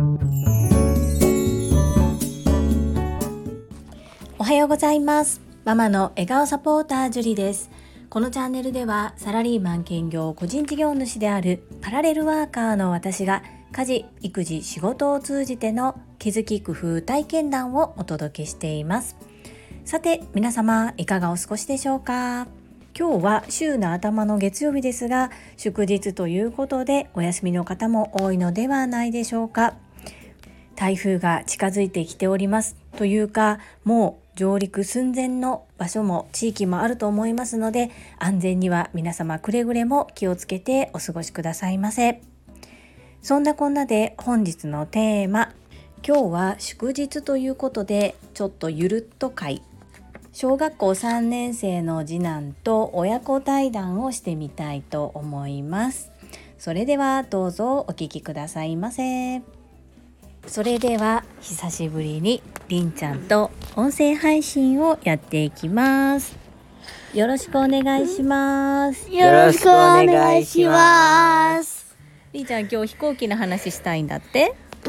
おはようございます。ママの笑顔サポータージュリです。このチャンネルではサラリーマン兼業個人事業主であるパラレルワーカーの私が家事、育児、仕事を通じての気づき工夫体験談をお届けしています。さて皆様いかがお過ごしでしょうか。今日は週の頭の月曜日ですが、祝日ということでお休みの方も多いのではないでしょうか。台風が近づいてきておりますというか、もう上陸寸前の場所も地域もあると思いますので、安全には皆様くれぐれも気をつけてお過ごしくださいませ。そんなこんなで本日のテーマ、今日は祝日ということでちょっとゆるっと会、小学校3年生の次男と親子対談をしてみたいと思います。それではどうぞお聞きくださいませ。それでは久しぶりにりんちゃんと音声配信をやっていきます。よろしくお願いします。 よろしくお願いします。 りんちゃん今日飛行機の話したいんだって。 うん。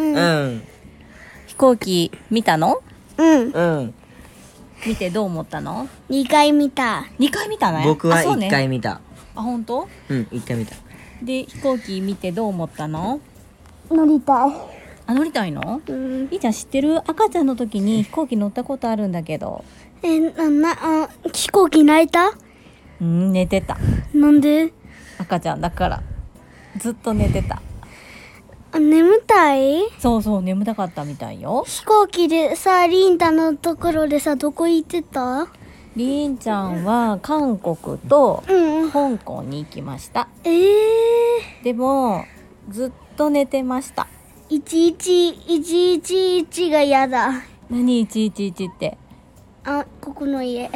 飛行機見たの？ うん。 うん。 見てどう思ったの 2回見た。 ？2回見たね。 僕はそうね 1回見た。 本当？ うん、1回見た。 で飛行機見てどう思ったの？ 乗りたい。 乗りたいの？ うん。 りんちゃん知ってる？赤ちゃんの時に飛行機乗ったことあるんだけど。 飛行機泣いた？ 寝てた。 なんで？ 赤ちゃんだからずっと寝てた。 眠たい？ そう眠たかったみたいよ。 飛行機でさ、リンタのところでさ、どこ行ってた？ りんちゃんは韓国とうん。 香港に行きました。 えー。 でもずっと寝てました。 111が嫌だ。 何111って？ ここの家。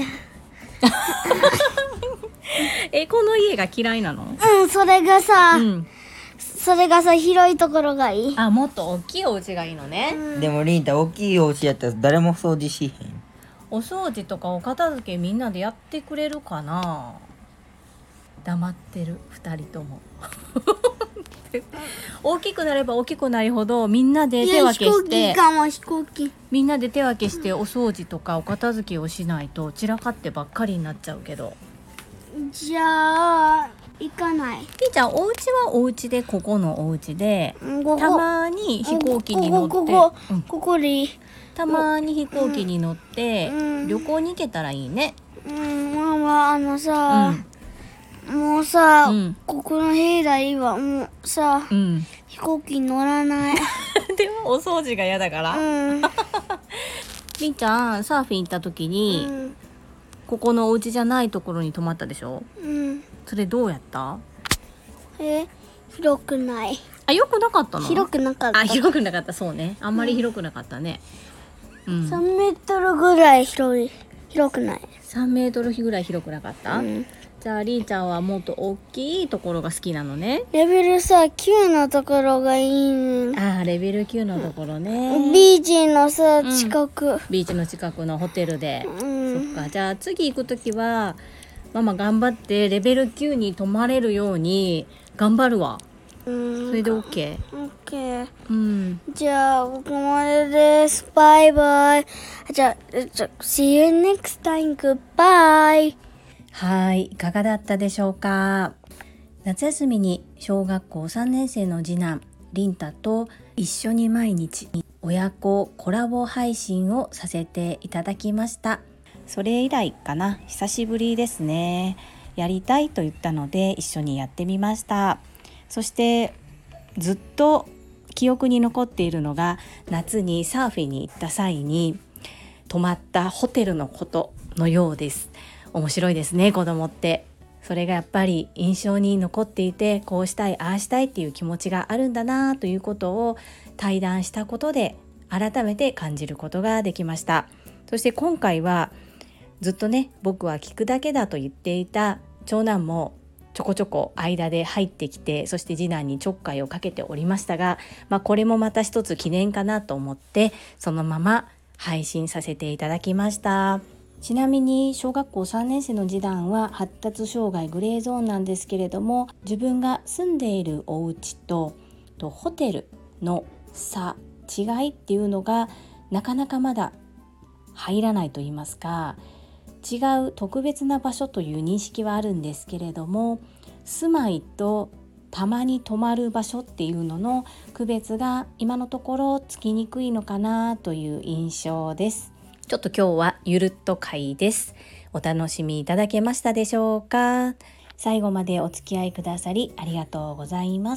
この家が嫌いなの？ それがさ、 うん。 広いところがいい。 もっと大きいお家がいいのね。 でもリンタ大きいお家やったら誰も掃除しへん。 お掃除とかお片付けみんなでやってくれるかな？黙ってる2人とも。大きくなれば大きくなるほどみんなで手分けして飛行機。 みんなで手分けしてお掃除とかお片付けをしないと散らかってばっかりになっちゃうけど。 じゃあ行かない。 りんちゃんお家はお家で、ここのお家でたまに飛行機に乗ってここでいい。 たまに飛行機に乗ってうん旅行に行けたらいいね。 ママもうさ、ここの部屋いいわ。もうさ、飛行機乗らない。 でもお掃除が嫌だから。りんちゃんサーフィン行った時に、ここのお家じゃないところに泊まったでしょ。それどうやった？ 広くない。 よくなかったの？ 広くなかった。 広くなかった。そうね、あんまり広くなかったね。 3メートルぐらい広くない。 3メートルぐらい広くなかった？じゃありんちゃんはもっと大きいところが好きなのね。 レベルさ9のところがいいね。 レベル9のところね。 ビーチのさ近く、 ビーチの近くのホテルで、そっか。じゃあ次行くときはママ頑張ってレベル9に泊まれるように頑張るわ。それで OK？ OK。じゃあここまでです。バイバイ。じゃあ See you next time. Goodbye。 はい、いかがだったでしょうか。夏休みに小学校3年生の次男りんたと一緒に毎日親子コラボ配信をさせていただきました。それ以来かな、久しぶりですね。やりたいと言ったので一緒にやってみました。そしてずっと記憶に残っているのが、夏にサーフィンに行った際に泊まったホテルのことのようです。面白いですね、子供って。それがやっぱり印象に残っていて、こうしたいああしたいっていう気持ちがあるんだなということを対談したことで改めて感じることができました。そして今回はずっとね、僕は聞くだけだと言っていた長男もちょこちょこ間で入ってきて、そして次男にちょっかいをかけておりましたが、これもまた一つ記念かなと思ってそのまま配信させていただきました。ちなみに小学校3年生の次男は発達障害グレーゾーンなんですけれども、自分が住んでいるお家とホテルの差違いっていうのがなかなかまだ入らないと言いますか、違う特別な場所という認識はあるんですけれども、住まいとたまに泊まる場所っていうのの区別が今のところつきにくいのかなという印象です。ちょっと今日はゆるっと会です。お楽しみいただけましたでしょうか。最後までお付き合いくださりありがとうございます。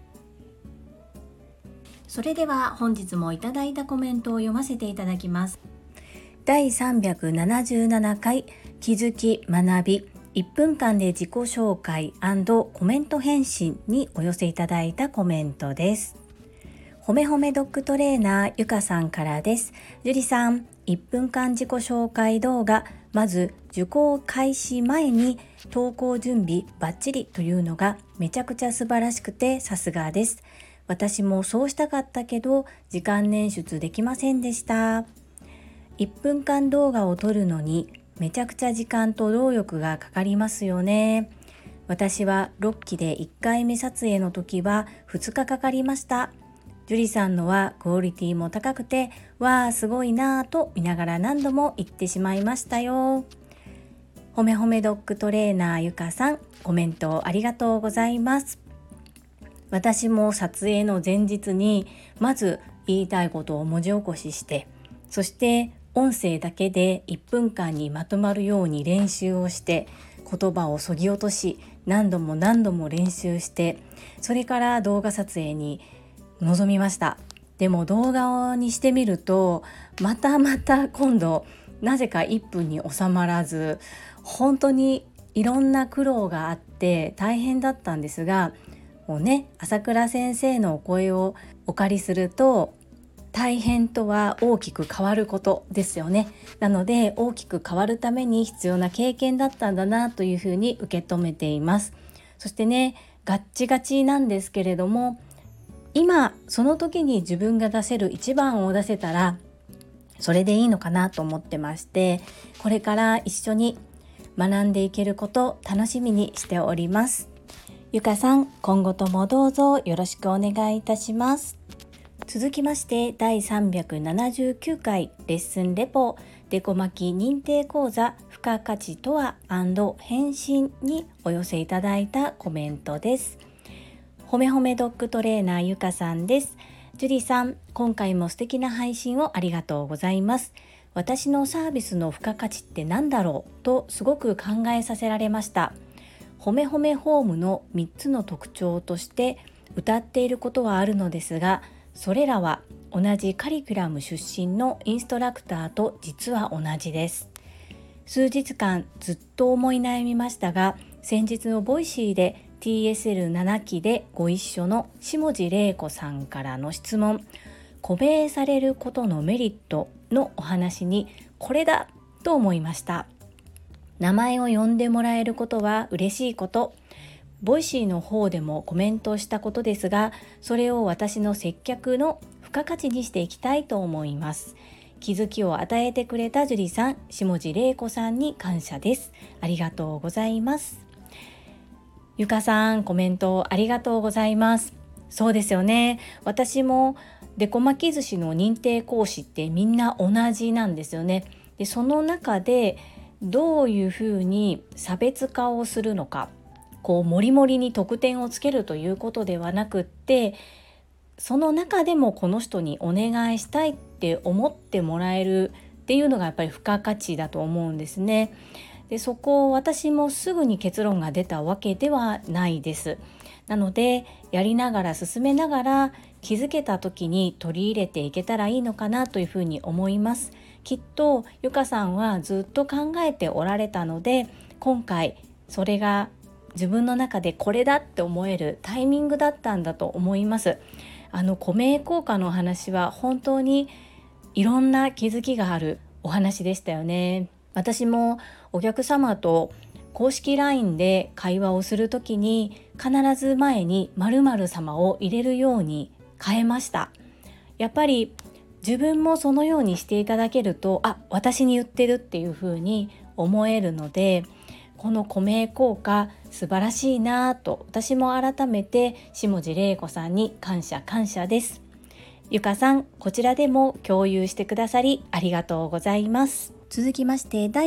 それでは本日もいただいたコメントを読ませていただきます。第377回気づき学び1分間で自己紹介&コメント返信にお寄せいただいたコメントです。ほめほめドッグトレーナーゆかさんからです。ジュリさん、1分間自己紹介動画、まず受講開始前に投稿準備バッチリというのがめちゃくちゃ素晴らしくてさすがです。私もそうしたかったけど時間捻出できませんでした。1分間動画を撮るのにめちゃくちゃ時間と労力がかかりますよね。私は6期で1回目撮影の時は2日かかりました。ジュリさんのはクオリティも高くて、わーすごいなぁと見ながら何度も言ってしまいましたよ。ほめほめドッグトレーナーゆかさん、コメントありがとうございます。私も撮影の前日にまず言いたいことを文字起こしして、そして音声だけで1分間にまとまるように練習をして、言葉をそぎ落とし何度も何度も練習して、それから動画撮影に臨みました。でも動画にしてみるとまた今度なぜか1分に収まらず、本当にいろんな苦労があって大変だったんですが、もうね、朝倉先生のお声をお借りすると、大変とは大きく変わることですよね。なので大きく変わるために必要な経験だったんだなというふうに受け止めています。そしてね、ガッチガチなんですけれども、今その時に自分が出せる一番を出せたらそれでいいのかなと思ってまして、これから一緒に学んでいけること楽しみにしております。ゆかさん、今後ともどうぞよろしくお願いいたします。続きまして第379回レッスンレポデコ巻き認定講座付加価値とは&返信にお寄せいただいたコメントです。ほめほめドッグトレーナーゆかさんです。ジュリさん、今回も素敵な配信をありがとうございます。私のサービスの付加価値って何だろうとすごく考えさせられました。ほめほめホームの3つの特徴として謳っていることはあるのですが、それらは同じカリキュラム出身のインストラクターと実は同じです。数日間ずっと思い悩みましたが、先日のボイシーで TSL7 期でご一緒の下地玲子さんからの質問、固定されることのメリットのお話にこれだと思いました。名前を呼んでもらえることは嬉しいこと。ボイシーの方でもコメントしたことですが、それを私の接客の付加価値にしていきたいと思います。気づきを与えてくれたジュリさん、下地玲子さんに感謝です。ありがとうございます。ゆかさん、コメントありがとうございます。そうですよね。私もデコ巻き寿司の認定講師ってみんな同じなんですよね。で、その中でどういうふうに差別化をするのか、もりもりに得点をつけるということではなくって、その中でもこの人にお願いしたいって思ってもらえるっていうのがやっぱり付加価値だと思うんですね。で、そこを私もすぐに結論が出たわけではないです。なのでやりながら進めながら気づけた時に取り入れていけたらいいのかなというふうに思います。きっとゆかさんはずっと考えておられたので、今回それが自分の中でこれだって思えるタイミングだったんだと思います。固名効果の話は本当にいろんな気づきがあるお話でしたよね。私もお客様と公式 LINE で会話をするときに必ず前に〇〇様を入れるように変えました。やっぱり自分もそのようにしていただけると、私に言ってるっていうふうに思えるので、この固名効果素晴らしいなと私も改めて下地玲子さんに感謝です。 ゆかさん、こちらでも共有してくださりありがとうございます。続きまして第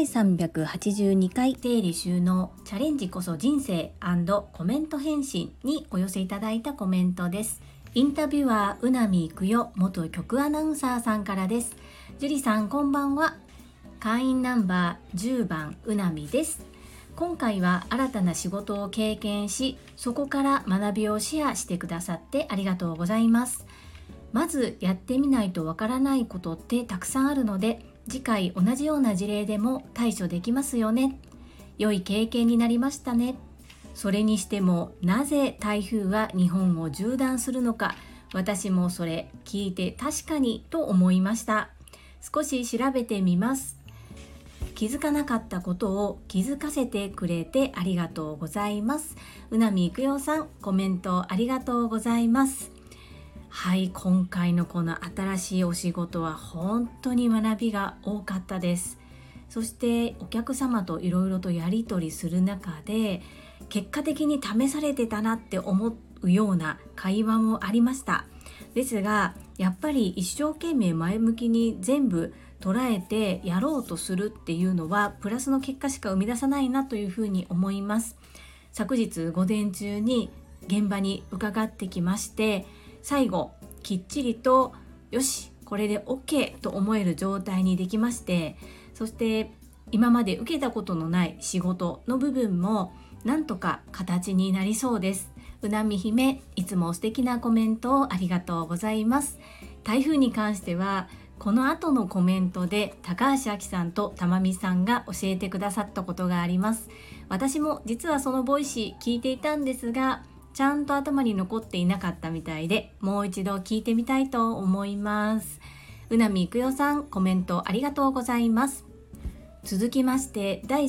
382回整理収納チャレンジこそ人生&コメント返信にお寄せいただいたコメントです。インタビュアーうなみいくよ元局アナウンサーさんからです。ジュリさんこんばんは。会員ナンバー10番うなみです。今回は新たな仕事を経験し、そこから学びをシェアしてくださってありがとうございます。まずやってみないとわからないことってたくさんあるので、次回同じような事例でも対処できますよね。良い経験になりましたね。それにしてもなぜ台風は日本を縦断するのか、私もそれ聞いて確かにと思いました。少し調べてみます。気づかなかったことを気づかせてくれてありがとうございます。うなみいくよさん、コメントありがとうございます。はい、今回のこの新しいお仕事は本当に学びが多かったです。そしてお客様といろいろとやり取りする中で、結果的に試されてたなって思うような会話もありました。ですが、やっぱり一生懸命前向きに全部捉えてやろうとするっていうのはプラスの結果しか生み出さないなというふうに思います。昨日午前中に現場に伺ってきまして、最後きっちりとよしこれで OK と思える状態にできまして、そして今まで受けたことのない仕事の部分もなんとか形になりそうです。うなみ姫、いつも素敵なコメントをありがとうございます。台風に関してはこの後のコメントで高橋明さんとたまみさんが教えてくださったことがあります。私も実はそのボイシー聞いていたんですが、ちゃんと頭に残っていなかったみたいで、もう一度聞いてみたいと思います。うなみいくよさん、コメントありがとうございます。続きまして第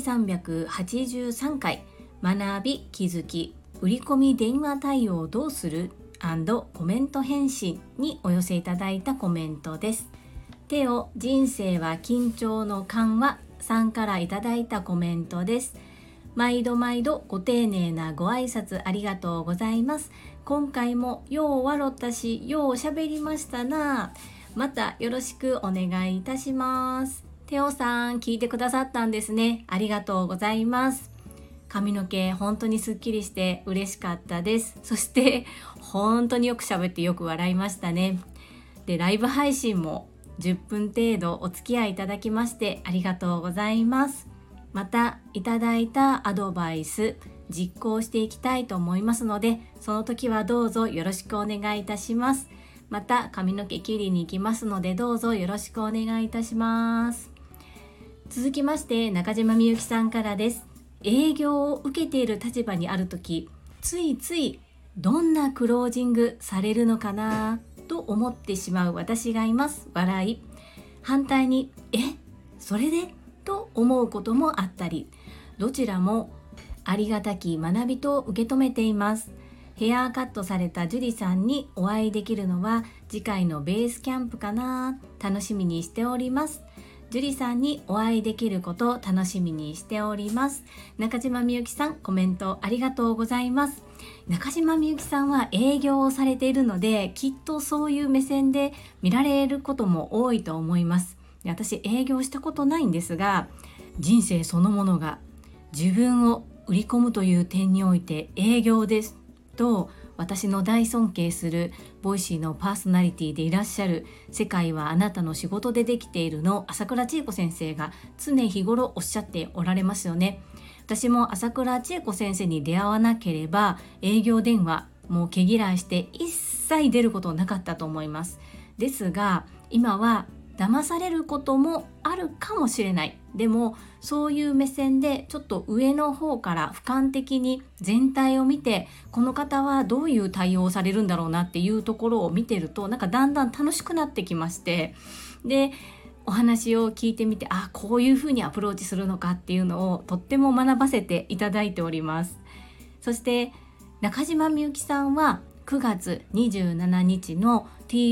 383回学び気づき売り込み電話対応どうする&コメント返信にお寄せいただいたコメントです。手を人生は緊張の緩和さんからいただいたコメントです。毎度毎度ご丁寧なご挨拶ありがとうございます。今回もよう笑ったし、よう喋りましたな。またよろしくお願いいたします。テオさん聞いてくださったんですね。ありがとうございます。髪の毛本当にすっきりして嬉しかったです。そして本当によく喋ってよく笑いましたね。で、ライブ配信も10分程度お付き合いいただきましてありがとうございます。またいただいたアドバイス実行していきたいと思いますので、その時はどうぞよろしくお願いいたします。また髪の毛切りに行きますので、どうぞよろしくお願いいたします。続きまして中島みゆきさんからです。営業を受けている立場にある時、ついついどんなクロージングされるのかなと思ってしまう私がいます。笑い。反対にそれでと思うこともあったり、どちらもありがたき学びと受け止めています。ヘアカットされたジュリさんにお会いできるのは次回のベースキャンプかな。楽しみにしております。ジュリさんにお会いできることを楽しみにしております。中島みゆきさん、コメントありがとうございます。中島みゆきさんは営業をされているので、きっとそういう目線で見られることも多いと思います。私営業したことないんですが、人生そのものが自分を売り込むという点において営業ですと、私の大尊敬するボイシーのパーソナリティでいらっしゃる世界はあなたの仕事でできているの朝倉千恵子先生が常日頃おっしゃっておられますよね。私も朝倉千恵子先生に出会わなければ営業電話もう毛嫌いして一切出ることなかったと思います。ですが今は騙されることもあるかもしれない。でもそういう目線でちょっと上の方から俯瞰的に全体を見て、この方はどういう対応をされるんだろうなっていうところを見てると、なんかだんだん楽しくなってきまして、でお話を聞いてみて、こういうふうにアプローチするのかっていうのをとっても学ばせていただいております。そして中島みゆきさんは9月27日の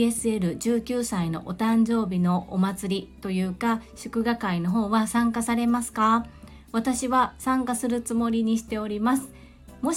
TSL19 歳のお誕生日のお祭りというか祝賀会の方は参加されますか？私は参加するつもりにしております。もし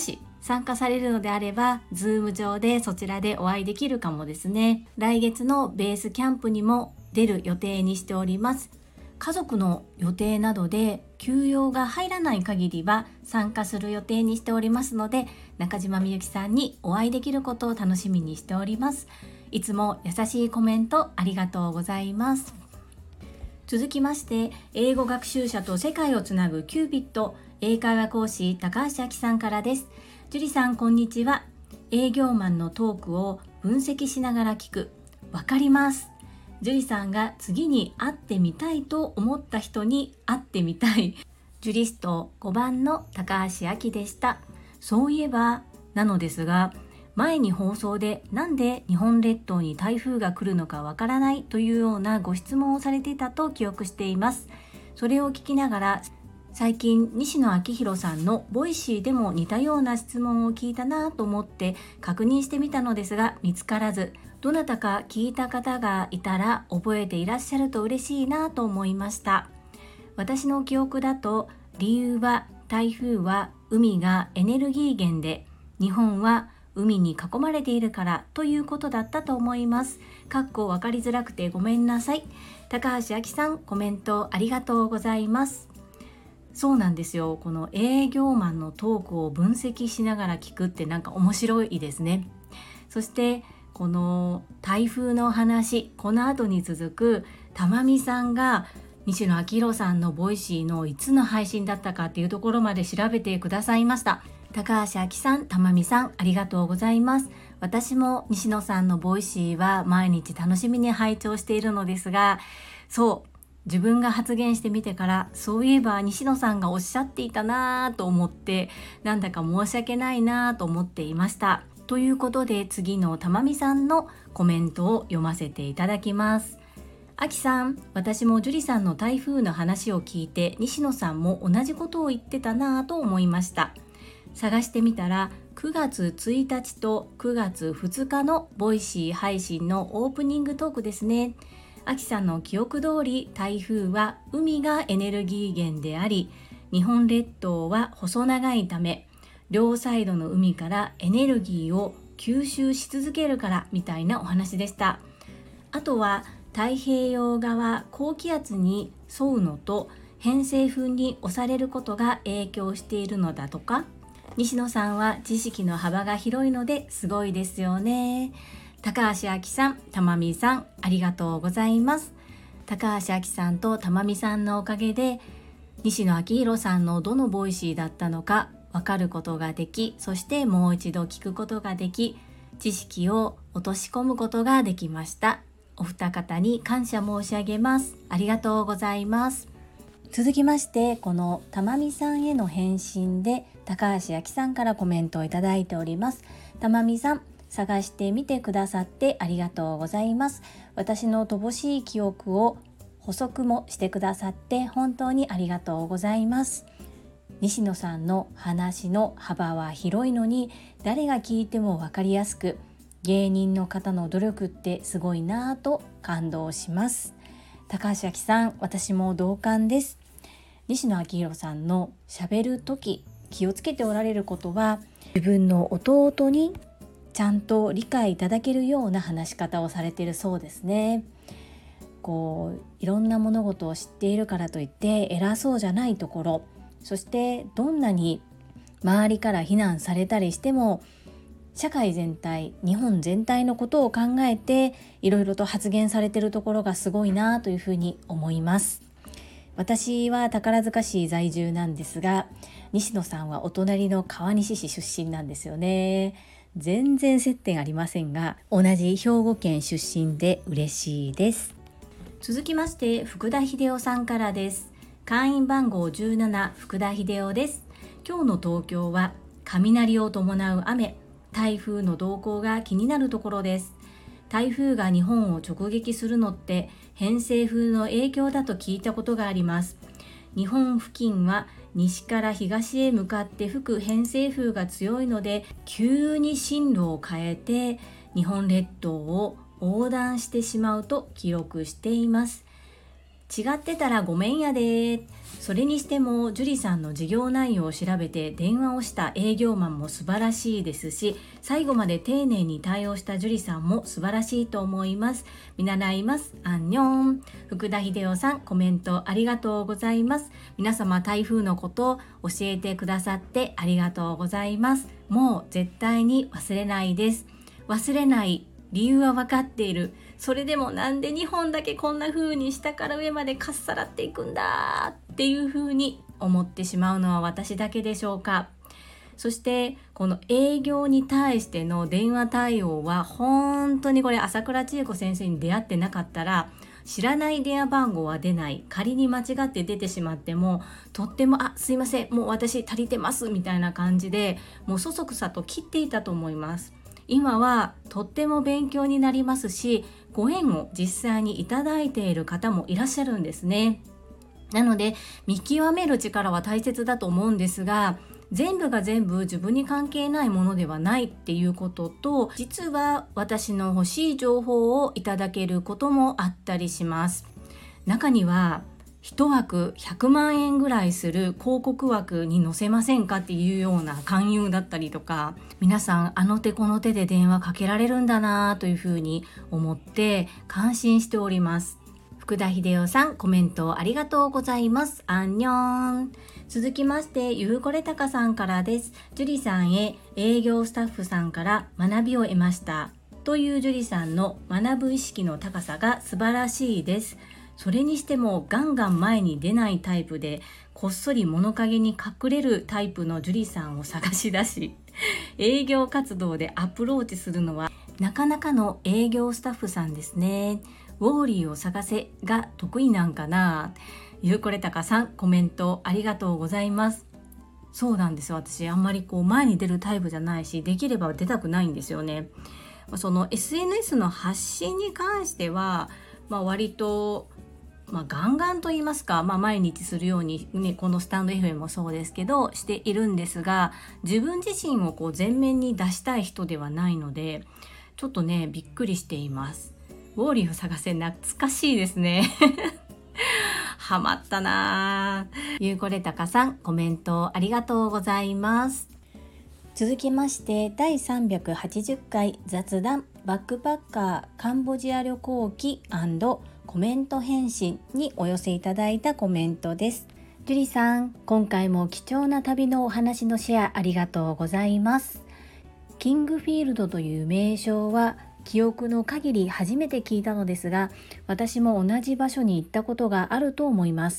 参加されるのであれば Zoom 上でそちらでお会いできるかもですね。来月のベースキャンプにも出る予定にしております。家族の予定などで休養が入らない限りは参加する予定にしておりますので、中島みゆきさんにお会いできることを楽しみにしております。いつも優しいコメントありがとうございます。続きまして、英語学習者と世界をつなぐキューピット英会話講師高橋明さんからです。樹里さん、こんにちは。営業マンのトークを分析しながら聞く。わかります。樹里さんが次に会ってみたいと思った人に会ってみたい。ジュリスト5番の高橋明でした。そういえばなのですが、前に放送でなんで日本列島に台風が来るのかわからないというようなご質問をされていたと記憶しています。それを聞きながら、最近西野昭弘さんのボイシーでも似たような質問を聞いたなと思って確認してみたのですが見つからず、どなたか聞いた方がいたら覚えていらっしゃると嬉しいなと思いました。私の記憶だと、理由は台風は海がエネルギー源で日本は海に囲まれているからということだったと思います。かっこ分かりづらくてごめんなさい。高橋明さん、コメントありがとうございます。そうなんですよ。この営業マンのトークを分析しながら聞くってなんか面白いですね。そしてこの台風の話、この後に続くたまみさんが西野昭弘さんのボイシーのいつの配信だったかっていうところまで調べてくださいました。高橋明さん、たまみさん、ありがとうございます。私も西野さんのボイシーは毎日楽しみに拝聴しているのですが、そう自分が発言してみてから、そういえば西野さんがおっしゃっていたなぁと思って、なんだか申し訳ないなぁと思っていました。ということで、次のたまみさんのコメントを読ませていただきます。あきさん、私も樹里さんの台風の話を聞いて、西野さんも同じことを言ってたなぁと思いました。探してみたら、9月1日と9月2日のボイシー配信のオープニングトークですね。あきさんの記憶通り、台風は海がエネルギー源であり、日本列島は細長いため、両サイドの海からエネルギーを吸収し続けるからみたいなお話でした。あとは太平洋側高気圧に沿うのと偏西風に押されることが影響しているのだとか、西野さんは知識の幅が広いのですごいですよね。高橋明さん、たまみさん、ありがとうございます。高橋明さんとたまみさんのおかげで、西野昭弘さんのどのボイシーだったのかわかることができ、そしてもう一度聞くことができ、知識を落とし込むことができました。お二方に感謝申し上げます。ありがとうございます。続きまして、このたまみさんへの返信で高橋明さんからコメントをいただいております。たまみさん、探してみてくださってありがとうございます。私の乏しい記憶を補足もしてくださって本当にありがとうございます。西野さんの話の幅は広いのに、誰が聞いても分かりやすく、芸人の方の努力ってすごいなぁと感動します。高橋明さん、私も同感です。西野昭弘さんの喋るとき気をつけておられることは、自分の弟にちゃんと理解いただけるような話し方をされているそうですね。いろんな物事を知っているからといって偉そうじゃないところ、そしてどんなに周りから非難されたりしても、社会全体、日本全体のことを考えていろいろと発言されているところがすごいなというふうに思います。私は宝塚市在住なんですが、西野さんはお隣の川西市出身なんですよね。全然接点ありませんが、同じ兵庫県出身で嬉しいです。続きまして、福田秀夫さんからです。会員番号17、福田秀夫です。今日の東京は雷を伴う雨、台風の動向が気になるところです。台風が日本を直撃するのって偏西風の影響だと聞いたことがあります。日本付近は西から東へ向かって吹く偏西風が強いので、急に進路を変えて日本列島を横断してしまうと記録しています。 違ってたらごめんやで。それにしても樹里さんの事業内容を調べて電話をした営業マンも素晴らしいですし、最後まで丁寧に対応した樹里さんも素晴らしいと思います。見習います。アンニョン。福田秀夫さん、コメントありがとうございます。皆様台風のことを教えてくださってありがとうございます。もう絶対に忘れないです。忘れない理由は分かっている。それでもなんで2本だけこんな風に下から上までかっさらっていくんだっていう風に思ってしまうのは私だけでしょうか。そしてこの営業に対しての電話対応は本当にこれ朝倉千恵子先生に出会ってなかったら知らない電話番号は出ない。仮に間違って出てしまってもとってもすいません、もう私足りてますみたいな感じでもうそそくさと切っていたと思います。今はとっても勉強になりますし、ご縁を実際にいただいている方もいらっしゃるんですね。なので見極める力は大切だと思うんですが、全部が全部自分に関係ないものではないっていうことと、実は私の欲しい情報をいただけることもあったりします。中には1枠100万円ぐらいする広告枠に載せませんかっていうような勧誘だったりとか、皆さんあの手この手で電話かけられるんだなというふうに思って感心しております。福田秀夫さん、コメントありがとうございます。アンニョン。続きましてゆうこれたかさんからです。樹里さんへ営業スタッフさんから学びを得ましたという樹里さんの学ぶ意識の高さが素晴らしいです。それにしてもガンガン前に出ないタイプでこっそり物陰に隠れるタイプの樹里さんを探し出し営業活動でアプローチするのはなかなかの営業スタッフさんですね。ウォーリーを探せが得意なんかな。ゆうこれたかさん、コメントありがとうございます。そうなんですよ。私あんまり前に出るタイプじゃないし、できれば出たくないんですよね。その SNS の発信に関しては、割とガンガンと言いますか、毎日するように、このスタンド FM もそうですけどしているんですが、自分自身を前面に出したい人ではないので、ちょっとねびっくりしています。ウォーリーを探せ、懐かしいですねハマったな。ゆうこれたかさん、コメントありがとうございます。続きまして第380回雑談バックパッカーカンボジア旅行記&コメント返信にお寄せいただいたコメントです。樹里さん、今回も貴重な旅のお話のシェアありがとうございます。キングフィールドという名称は記憶の限り初めて聞いたのですが、私も同じ場所に行ったことがあると思います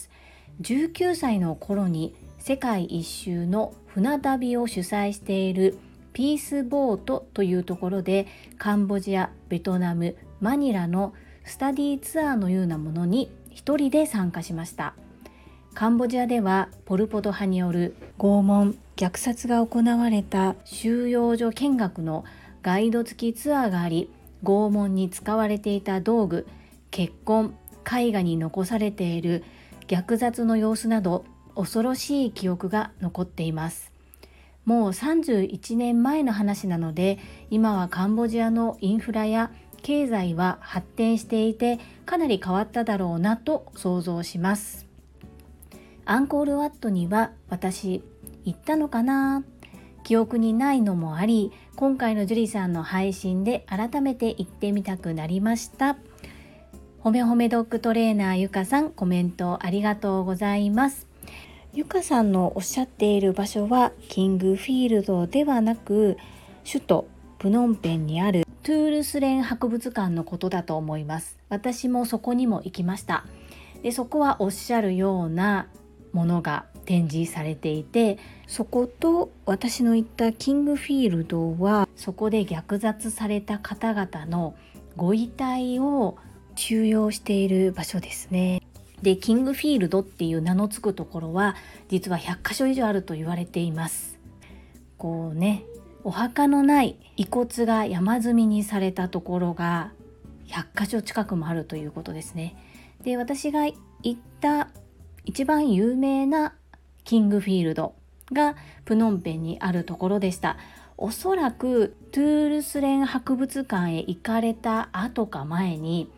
。19歳の頃に世界一周の船旅を主催しているピースボートというところでカンボジア、ベトナム、マニラのスタディツアーのようなものに一人で参加しました。カンボジアではポル・ポト派による拷問、虐殺が行われた収容所見学のガイド付きツアーがあり、拷問に使われていた道具、血痕、絵画に残されている虐殺の様子など恐ろしい記憶が残っています。もう31年前の話なので、今はカンボジアのインフラや経済は発展していてかなり変わっただろうなと想像します。アンコールワットには私行ったのかな、記憶にないのもあり、今回のジュリさんの配信で改めて行ってみたくなりました。ほめほめドッグトレーナーゆかさん、コメントありがとうございます。ゆかさんのおっしゃっている場所はキングフィールドではなく、首都プノンペンにあるトゥールスレン博物館のことだと思います。私もそこにも行きました。で、そこはおっしゃるようなものが展示されていて、そこと私の行ったキングフィールドはそこで虐殺された方々のご遺体を収容している場所ですね。で、キングフィールドっていう名の付くところは実は100カ所以上あると言われています。お墓のない遺骨が山積みにされたところが100カ所近くもあるということですね。で、私が行った一番有名なキングフィールドがプノンペンにあるところでした。おそらくトゥールスレン博物館へ行かれた後か前に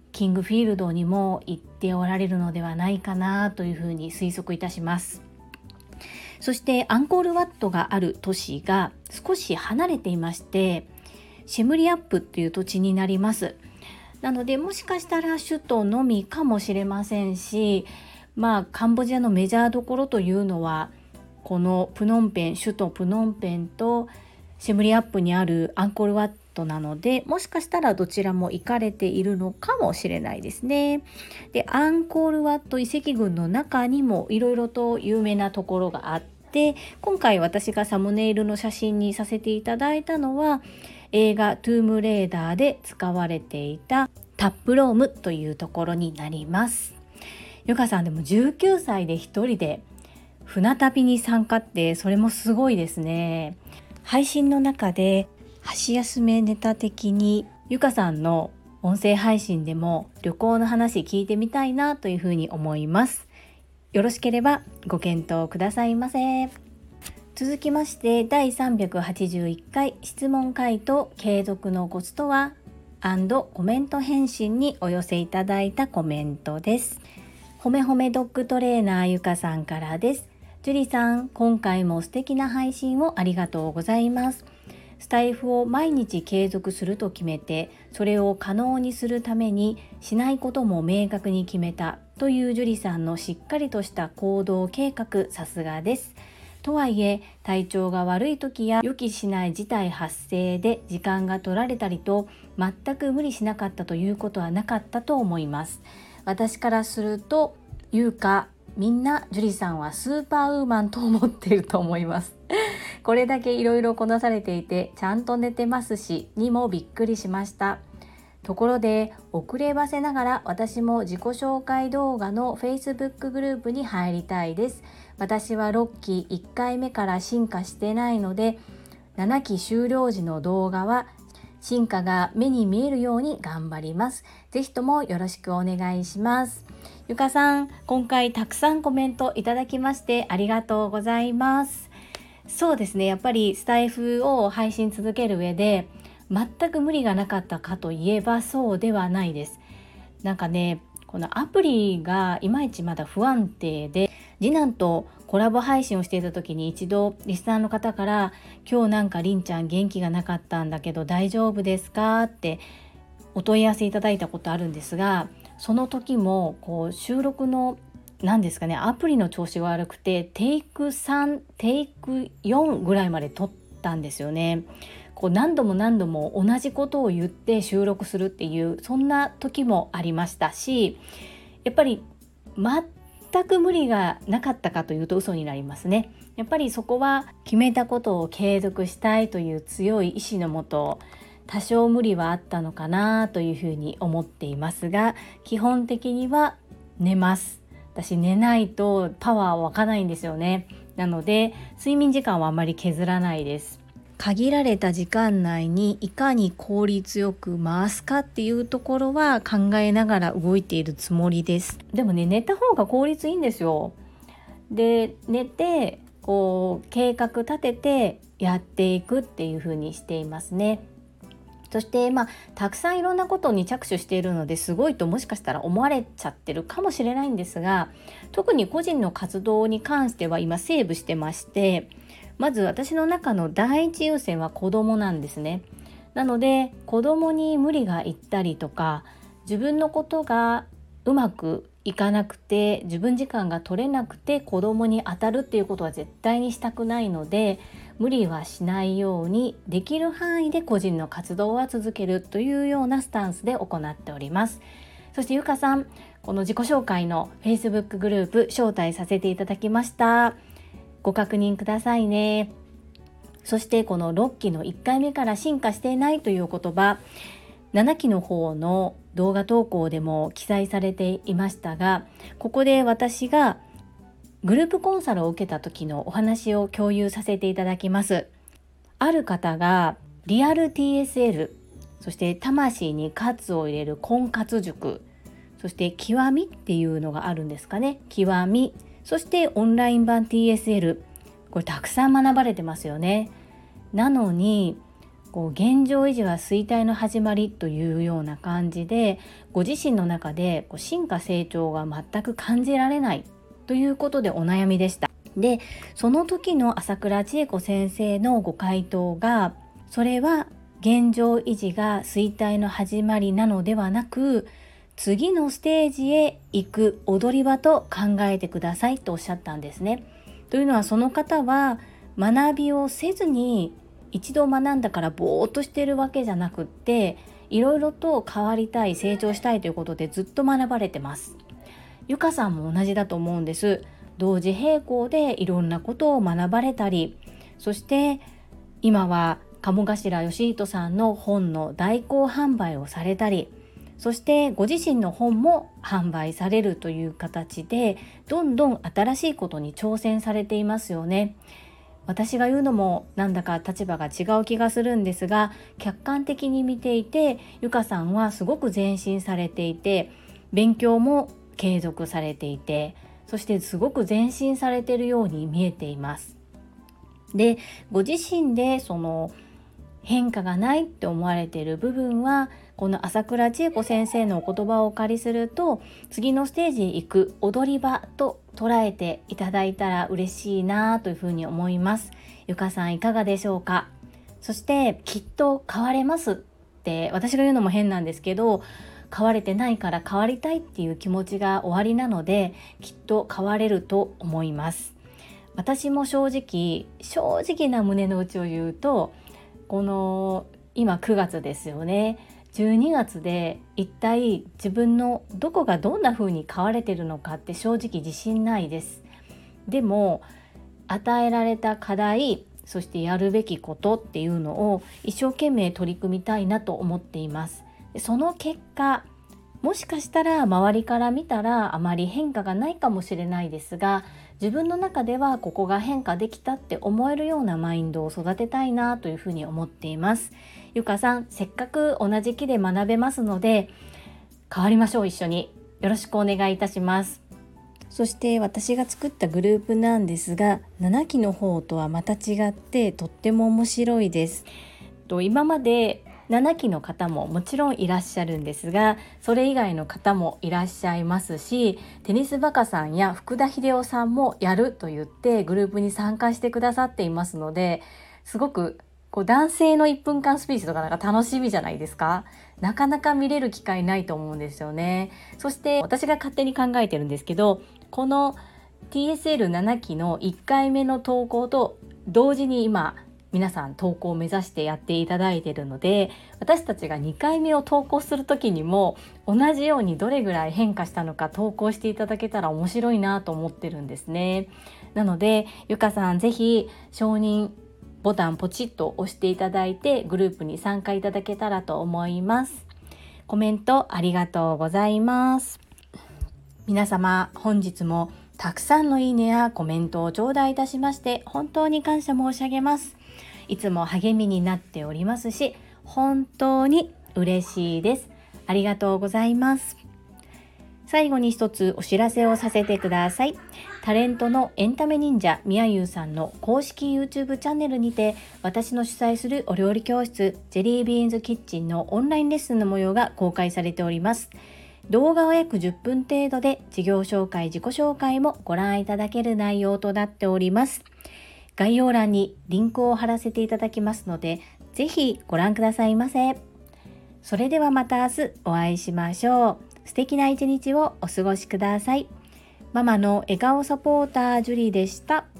キングフィールドにも行っておられるのではないかなというふうに推測いたします。そしてアンコールワットがある都市が少し離れていまして、シェムリアップという土地になります。なのでもしかしたら首都のみかもしれませんし、カンボジアのメジャーどころというのはこのプノンペン、首都プノンペンとシェムリアップにあるアンコールワットなので、もしかしたらどちらも行かれているのかもしれないですね。で、アンコールワット遺跡群の中にもいろいろと有名なところがあって、今回私がサムネイルの写真にさせていただいたのは映画トゥームレーダーで使われていたタップロームというところになります。ゆかさんでも19歳で一人で船旅に参加って、それもすごいですね。配信の中で箸休めネタ的にゆかさんの音声配信でも旅行の話聞いてみたいなというふうに思います。よろしければご検討くださいませ。続きまして第381回質問回答継続のコツとは&コメント返信にお寄せいただいたコメントです。ほめほめドッグトレーナーゆかさんからです。ジュリさん、今回も素敵な配信をありがとうございます。スタイフを毎日継続すると決めて、それを可能にするためにしないことも明確に決めたというジュリさんのしっかりとした行動計画、さすがです。とはいえ、体調が悪い時や予期しない事態発生で時間が取られたりと、全く無理しなかったということはなかったと思います。私からすると、みんなジュリさんはスーパーウーマンと思っていると思います。これだけいろいろこなされていて、ちゃんと寝てますし、にもびっくりしました。ところで、遅ればせながら私も自己紹介動画の Facebook グループに入りたいです。私は6期1回目から進化してないので、7期終了時の動画は進化が目に見えるように頑張ります。ぜひともよろしくお願いします。ゆかさん、今回たくさんコメントいただきましてありがとうございます。そうですね、やっぱりスタイフを配信続ける上で全く無理がなかったかといえばそうではないです。なんかね、このアプリがいまいちまだ不安定で、次男とコラボ配信をしていた時に一度リスナーの方から、今日なんかりんちゃん元気がなかったんだけど大丈夫ですかってお問い合わせいただいたことあるんですが、その時も収録のアプリの調子が悪くてテイク3、テイク4ぐらいまで撮ったんですよね。何度も同じことを言って収録するっていう、そんな時もありましたし、やっぱり全く無理がなかったかというと嘘になりますね。やっぱりそこは決めたことを継続したいという強い意志のもと、多少無理はあったのかなというふうに思っていますが、基本的には寝ます。私寝ないとパワー湧かないんですよね。なので睡眠時間はあまり削らないです。限られた時間内にいかに効率よく回すかっていうところは考えながら動いているつもりです。でもね、寝た方が効率いいんですよ。で、寝て計画立ててやっていくっていう風にしていますね。そしてたくさんいろんなことに着手しているのですごいともしかしたら思われちゃってるかもしれないんですが、特に個人の活動に関しては今セーブしてまして、まず私の中の第一優先は子供なんですね。なので子供に無理がいったりとか、自分のことがうまくいかなくて自分時間が取れなくて子供に当たるっていうことは絶対にしたくないので、無理はしないようにできる範囲で個人の活動は続けるというようなスタンスで行っております。そしてゆかさん、この自己紹介の Facebook グループ招待させていただきました。ご確認くださいね。そしてこの6期の1回目から進化していないという言葉、7期の方の動画投稿でも記載されていましたが、ここで私がグループコンサルを受けた時のお話を共有させていただきます。ある方がリアル TSL、 そして魂に活を入れる婚活塾、そして極みっていうのがあるんですかね。極み、そしてオンライン版 TSL、 これたくさん学ばれてますよね。なのに現状維持は衰退の始まりというような感じで、ご自身の中で進化成長が全く感じられないということでお悩みでした。で、その時の朝倉千恵子先生のご回答が、それは現状維持が衰退の始まりなのではなく、次のステージへ行く踊り場と考えてくださいとおっしゃったんですね。というのは、その方は学びをせずに一度学んだからぼーっとしているわけじゃなくって、いろいろと変わりたい、成長したいということでずっと学ばれてます。ゆかさんも同じだと思うんです。同時並行でいろんなことを学ばれたり、そして今は鴨頭義人さんの本の代行販売をされたり、そしてご自身の本も販売されるという形で、どんどん新しいことに挑戦されていますよね。私が言うのもなんだか立場が違う気がするんですが、客観的に見ていて、ゆかさんはすごく前進されていて、勉強も継続されていて、そしてすごく前進されているように見えています。で、ご自身でその変化がないって思われている部分は、この朝倉千恵子先生のお言葉をお借りすると、次のステージに行く踊り場と捉えていただいたら嬉しいなというふうに思います。ゆかさんいかがでしょうか。そしてきっと変われますって私が言うのも変なんですけど、変われてないから変わりたいっていう気持ちがおありなので、きっと変われると思います。私も正直な胸の内を言うと、この今9月ですよね。12月で一体自分のどこがどんな風に変われてるのかって正直自信ないです。でも与えられた課題、そしてやるべきことっていうのを一生懸命取り組みたいなと思っています。その結果、もしかしたら周りから見たらあまり変化がないかもしれないですが、自分の中ではここが変化できたって思えるようなマインドを育てたいなというふうに思っています。ゆかさん、せっかく同じ木で学べますので、変わりましょう。一緒によろしくお願いいたします。そして私が作ったグループなんですが、7期の方とはまた違ってとっても面白いです。今まで7期の方ももちろんいらっしゃるんですが、それ以外の方もいらっしゃいますし、テニスバカさんや福田秀夫さんもやると言ってグループに参加してくださっていますので、すごく男性の1分間スピーチとかなんか楽しみじゃないですか。なかなか見れる機会ないと思うんですよね。そして私が勝手に考えてるんですけど、この TSL7 期の1回目の投稿と同時に今皆さん投稿を目指してやっていただいているので、私たちが2回目を投稿する時にも同じようにどれぐらい変化したのか投稿していただけたら面白いなと思ってるんですね。なのでゆかさん、ぜひ承認ボタンポチッと押していただいてグループに参加いただけたらと思います。コメントありがとうございます。皆様、本日もたくさんのいいねやコメントを頂戴いたしまして本当に感謝申し上げます。いつも励みになっておりますし、本当に嬉しいです。ありがとうございます。最後に一つお知らせをさせてください。タレントのエンタメ忍者みやゆうさんの公式 YouTube チャンネルにて、私の主催するお料理教室ジェリービーンズキッチンのオンラインレッスンの模様が公開されております。動画は約10分程度で、事業紹介、自己紹介もご覧いただける内容となっております。概要欄にリンクを貼らせていただきますので、ぜひご覧くださいませ。それではまた明日お会いしましょう。素敵な一日をお過ごしください。ママの笑顔サポータージュリでした。